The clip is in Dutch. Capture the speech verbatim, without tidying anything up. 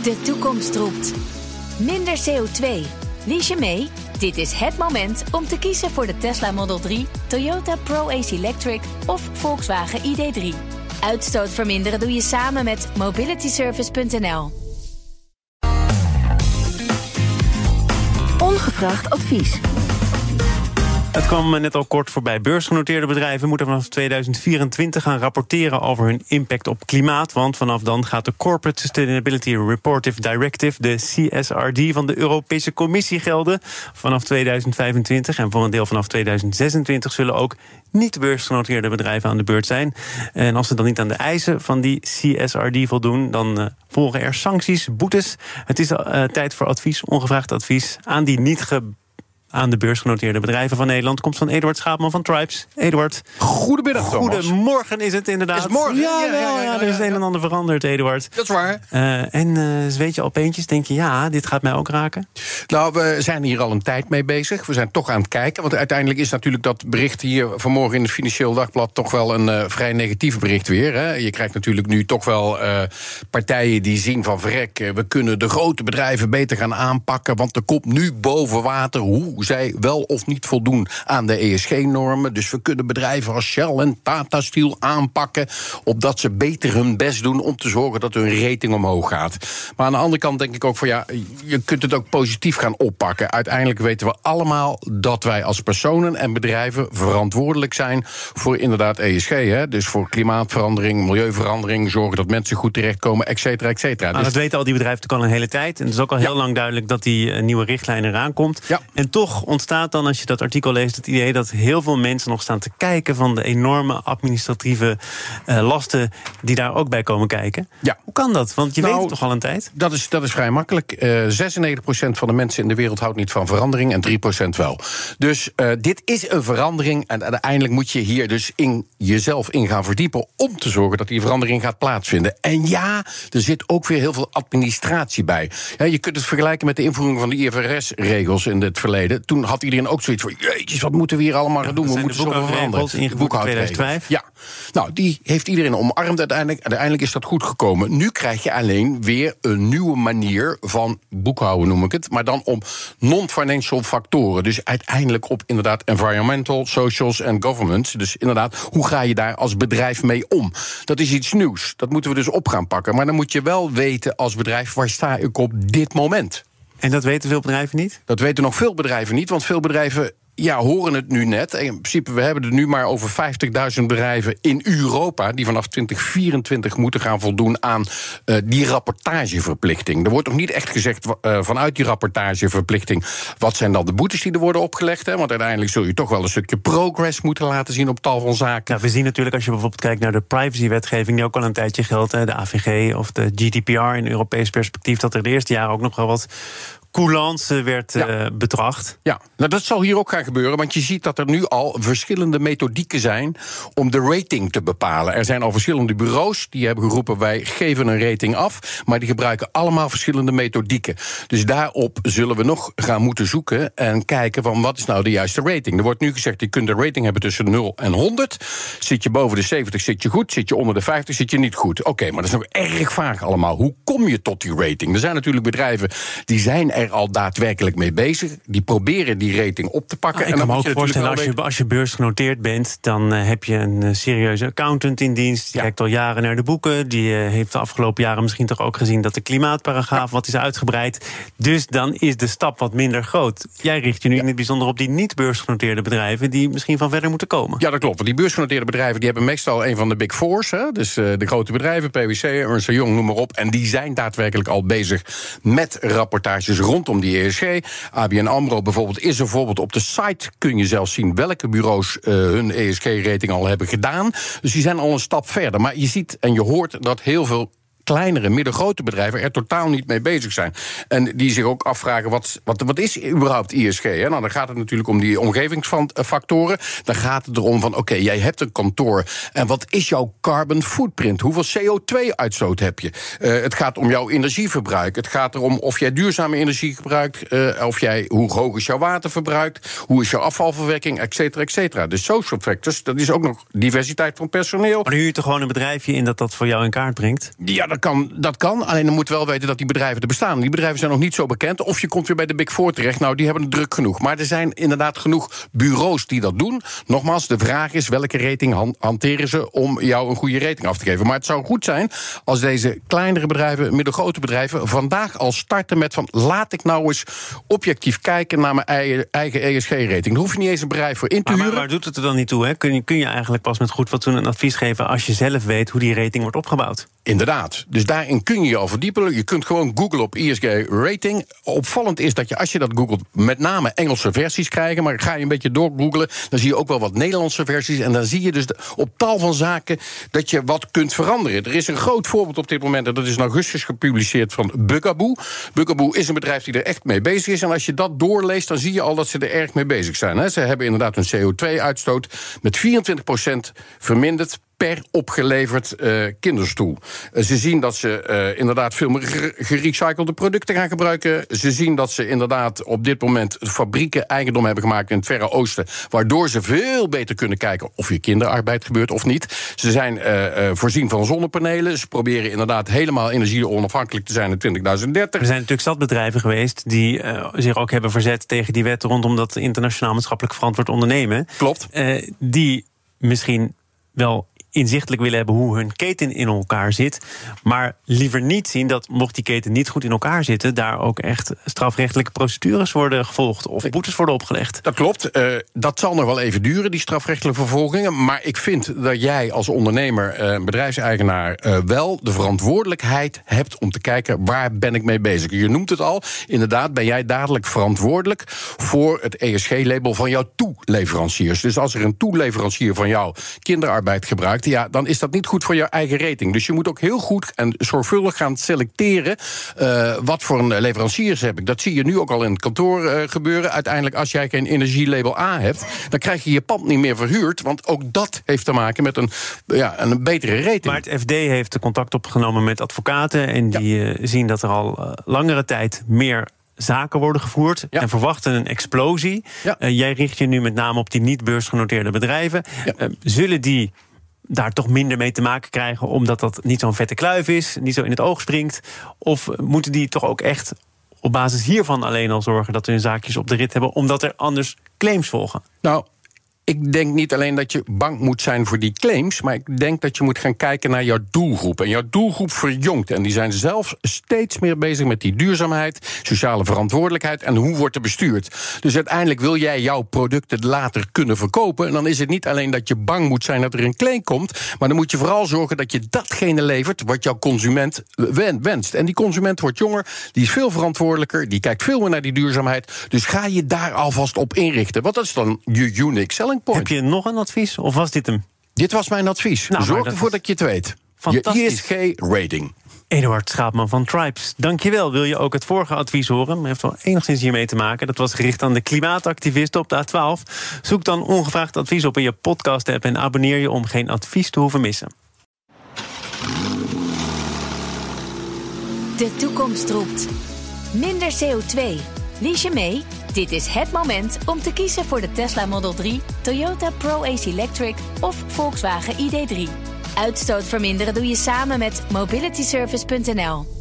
De toekomst roept. Minder C O twee. Lies je mee? Dit is het moment om te kiezen voor de Tesla Model drie, Toyota Pro-Ace Electric of Volkswagen I D drie. Uitstoot verminderen doe je samen met mobility service punt n l. Ongevraagd advies. Het kwam net al kort voorbij. Beursgenoteerde bedrijven moeten vanaf tweeduizend vierentwintig gaan rapporteren over hun impact op klimaat. Want vanaf dan gaat de Corporate Sustainability Reporting Directive, de C S R D van de Europese Commissie, gelden. Vanaf tweeduizend vijfentwintig en voor een deel vanaf tweeduizend zesentwintig zullen ook niet beursgenoteerde bedrijven aan de beurt zijn. En als ze dan niet aan de eisen van die C S R D voldoen, dan uh, volgen er sancties, boetes. Het is uh, tijd voor advies, ongevraagd advies aan die niet ge aan de beursgenoteerde bedrijven van Nederland. Komt van Eduard Schaapman van Tribes. Eduard. Goedemiddag, Thomas. Goedemorgen is het inderdaad. Is het morgen? Ja, ja, ja, ja, ja, ja, er is het een en ander veranderd, Eduard. Dat is waar. Uh, en uh, weet je al peentjes, denk je, ja, dit gaat mij ook raken? Nou, we zijn hier al een tijd mee bezig. We zijn toch aan het kijken. Want uiteindelijk is natuurlijk dat bericht hier vanmorgen in het Financieel Dagblad toch wel een uh, vrij negatief bericht weer. Hè. Je krijgt natuurlijk nu toch wel uh, partijen die zien van verrek, uh, we kunnen de grote bedrijven beter gaan aanpakken, want er komt nu boven water hoe zij wel of niet voldoen aan de E S G-normen. Dus we kunnen bedrijven als Shell en Tata Steel aanpakken, opdat ze beter hun best doen om te zorgen dat hun rating omhoog gaat. Maar aan de andere kant denk ik ook van ja, je kunt het ook positief gaan oppakken. Uiteindelijk weten we allemaal dat wij als personen en bedrijven verantwoordelijk zijn voor inderdaad E S G. Hè? Dus voor klimaatverandering, milieuverandering, zorgen dat mensen goed terechtkomen, et cetera, et cetera. Nou, dus dat weten al die bedrijven natuurlijk al een hele tijd. En het is ook al heel ja. lang duidelijk dat die uh, nieuwe richtlijn eraan komt. Ja. En toch ontstaat dan, als je dat artikel leest, het idee dat heel veel mensen nog staan te kijken van de enorme administratieve uh, lasten die daar ook bij komen kijken. Ja. Hoe kan dat? Want je nou, weet het toch al een tijd? Dat is, dat is vrij makkelijk. Uh, zesennegentig procent van de mensen in de wereld houdt niet van verandering en drie procent wel. Dus uh, dit is een verandering en uiteindelijk moet je hier dus in jezelf in gaan verdiepen om te zorgen dat die verandering gaat plaatsvinden. En ja, er zit ook weer heel veel administratie bij. Ja, je kunt het vergelijken met de invoering van de I F R S-regels in het verleden. Toen had iedereen ook zoiets van, jeetjes, wat moeten we hier allemaal gaan doen? Ja, we moeten zoveel veranderen. Ingevoerd in tweeduizend vijf. Ja, nou, die heeft iedereen omarmd uiteindelijk. Uiteindelijk is dat goed gekomen. Nu krijg je alleen weer een nieuwe manier van boekhouden, noem ik het. Maar dan op non-financial factoren. Dus uiteindelijk op inderdaad environmental, socials en governance. Dus inderdaad, hoe ga je daar als bedrijf mee om? Dat is iets nieuws. Dat moeten we dus op gaan pakken. Maar dan moet je wel weten als bedrijf, waar sta ik op dit moment? En dat weten veel bedrijven niet? Dat weten nog veel bedrijven niet, want veel bedrijven ja, horen het nu net. In principe, we hebben er nu maar over vijftigduizend bedrijven in Europa die vanaf twintig vierentwintig moeten gaan voldoen aan uh, die rapportageverplichting. Er wordt nog niet echt gezegd uh, vanuit die rapportageverplichting wat zijn dan de boetes die er worden opgelegd. Hè? Want uiteindelijk zul je toch wel een stukje progress moeten laten zien op tal van zaken. Ja, we zien natuurlijk, als je bijvoorbeeld kijkt naar de privacywetgeving die ook al een tijdje geldt, hè, de A V G of de G D P R in Europees perspectief, dat er de eerste jaren ook nog wel wat coulance werd ja. uh, betracht. Ja, nou dat zal hier ook gaan gebeuren, want je ziet dat er nu al verschillende methodieken zijn om de rating te bepalen. Er zijn al verschillende bureaus die hebben geroepen, wij geven een rating af, maar die gebruiken allemaal verschillende methodieken. Dus daarop zullen we nog gaan moeten zoeken en kijken van wat is nou de juiste rating. Er wordt nu gezegd, je kunt een rating hebben tussen nul en honderd. Zit je boven de zeventig, zit je goed. Zit je onder de vijftig, zit je niet goed. Oké, okay, maar dat is nog erg vaag allemaal. Hoe kom je tot die rating? Er zijn natuurlijk bedrijven die zijn er al daadwerkelijk mee bezig. Die proberen die rating op te pakken. Ah, ik en dan kan me moet ook je voorstellen, als je, als je beursgenoteerd bent, dan uh, heb je een uh, serieuze accountant in dienst. Die ja. kijkt al jaren naar de boeken. Die uh, heeft de afgelopen jaren misschien toch ook gezien dat de klimaatparagraaf ja. wat is uitgebreid. Dus dan is de stap wat minder groot. Jij richt je nu ja. in het bijzonder op die niet-beursgenoteerde bedrijven die misschien van verder moeten komen. Ja, dat klopt. Want die beursgenoteerde bedrijven die hebben meestal een van de big fours. Hè? Dus uh, de grote bedrijven, P W C, Ernst en Young, noem maar op. En die zijn daadwerkelijk al bezig met rapportages rondom die E S G. A B N AMRO bijvoorbeeld is een voorbeeld. Op de site kun je zelfs zien welke bureaus uh, hun E S G-rating al hebben gedaan. Dus die zijn al een stap verder. Maar je ziet en je hoort dat heel veel kleinere, middengrote bedrijven er totaal niet mee bezig zijn. En die zich ook afvragen, wat, wat, wat is überhaupt E S G? Hè? Nou, dan gaat het natuurlijk om die omgevingsfactoren. Dan gaat het erom van, oké, okay, jij hebt een kantoor. En wat is jouw carbon footprint? Hoeveel C O twee uitstoot heb je? Uh, het gaat om jouw energieverbruik. Het gaat erom of jij duurzame energie gebruikt. Uh, of jij, hoe hoog is jouw waterverbruik? Hoe is jouw afvalverwerking? Et cetera, et cetera. De social factors, dat is ook nog diversiteit van personeel. Maar nu huurt er gewoon een bedrijfje in dat dat voor jou in kaart brengt? Ja, dat dat kan, dat kan. Alleen dan moet wel weten dat die bedrijven er bestaan. Die bedrijven zijn nog niet zo bekend. Of je komt weer bij de Big Four terecht. Nou, die hebben het druk genoeg. Maar er zijn inderdaad genoeg bureaus die dat doen. Nogmaals, de vraag is welke rating hanteren ze om jou een goede rating af te geven. Maar het zou goed zijn als deze kleinere bedrijven, middelgrote bedrijven, vandaag al starten met van laat ik nou eens objectief kijken naar mijn eigen E S G-rating. Daar hoef je niet eens een bedrijf voor in te maar, huren. Maar waar doet het er dan niet toe? Hè? Kun je, kun je eigenlijk pas met goed fatsoen een advies geven als je zelf weet hoe die rating wordt opgebouwd? Inderdaad. Dus daarin kun je je al verdiepen. Je kunt gewoon googlen op E S G-rating. Opvallend is dat je, als je dat googelt, met name Engelse versies krijgen. Maar ga je een beetje doorgoogelen, dan zie je ook wel wat Nederlandse versies. En dan zie je dus de, op tal van zaken dat je wat kunt veranderen. Er is een groot voorbeeld op dit moment, en dat is in augustus gepubliceerd van Bugaboo. Bugaboo is een bedrijf die er echt mee bezig is. En als je dat doorleest, dan zie je al dat ze er erg mee bezig zijn. Hè. Ze hebben inderdaad hun C O twee uitstoot met vierentwintig procent verminderd per opgeleverd uh, kinderstoel. Uh, ze zien dat ze uh, inderdaad veel meer gerecyclede producten gaan gebruiken. Ze zien dat ze inderdaad op dit moment fabrieken eigendom hebben gemaakt in het Verre Oosten, waardoor ze veel beter kunnen kijken of hier kinderarbeid gebeurt of niet. Ze zijn uh, uh, voorzien van zonnepanelen. Ze proberen inderdaad helemaal energie-onafhankelijk te zijn in twintig dertig. Er zijn natuurlijk stadbedrijven geweest die uh, zich ook hebben verzet tegen die wet rondom dat internationaal maatschappelijk verantwoord ondernemen. Klopt. Uh, die misschien wel inzichtelijk willen hebben hoe hun keten in elkaar zit, maar liever niet zien dat, mocht die keten niet goed in elkaar zitten, daar ook echt strafrechtelijke procedures worden gevolgd of boetes worden opgelegd. Dat klopt. Uh, dat zal nog wel even duren, die strafrechtelijke vervolgingen. Maar ik vind dat jij als ondernemer, uh, bedrijfseigenaar, uh, wel de verantwoordelijkheid hebt om te kijken waar ben ik mee bezig. Je noemt het al. Inderdaad, ben jij dadelijk verantwoordelijk voor het E S G-label van jouw toeleveranciers. Dus als er een toeleverancier van jou kinderarbeid gebruikt, ja, dan is dat niet goed voor jouw eigen rating. Dus je moet ook heel goed en zorgvuldig gaan selecteren uh, wat voor een leveranciers heb ik. Dat zie je nu ook al in het kantoor uh, gebeuren. Uiteindelijk, als jij geen energielabel A hebt, dan krijg je je pand niet meer verhuurd, want ook dat heeft te maken met een, ja, een betere rating. Maar het F D heeft contact opgenomen met advocaten en die ja. uh, zien dat er al uh, langere tijd meer zaken worden gevoerd ja. en verwachten een explosie. Ja. Uh, jij richt je nu met name op die niet beursgenoteerde bedrijven. Ja. Uh, zullen die daar toch minder mee te maken krijgen, omdat dat niet zo'n vette kluif is, niet zo in het oog springt? Of moeten die toch ook echt op basis hiervan alleen al zorgen dat hun zaakjes op de rit hebben, omdat er anders claims volgen? Nou, ik denk niet alleen dat je bang moet zijn voor die claims, maar ik denk dat je moet gaan kijken naar jouw doelgroep. En jouw doelgroep verjongt. En die zijn zelf steeds meer bezig met die duurzaamheid, sociale verantwoordelijkheid en hoe wordt er bestuurd. Dus uiteindelijk wil jij jouw producten later kunnen verkopen. En dan is het niet alleen dat je bang moet zijn dat er een claim komt, maar dan moet je vooral zorgen dat je datgene levert wat jouw consument wenst. En die consument wordt jonger, die is veel verantwoordelijker, die kijkt veel meer naar die duurzaamheid. Dus ga je daar alvast op inrichten. Want dat is dan je unique selling point. Heb je nog een advies, of was dit hem? Dit was mijn advies. Nou, Zorg ervoor dat je het weet. Je E S G-rating. Eduard Schaapman van Tribes, dankjewel. Wil je ook het vorige advies horen? Dat heeft wel enigszins hiermee te maken. Dat was gericht aan de klimaatactivisten op de A twaalf. Zoek dan ongevraagd advies op in je podcast-app en abonneer je om geen advies te hoeven missen. De toekomst roept. Minder C O twee. Lies je mee? Dit is het moment om te kiezen voor de Tesla Model drie, Toyota Pro-Ace Electric of Volkswagen I D drie. Uitstoot verminderen doe je samen met mobilityservice punt n l.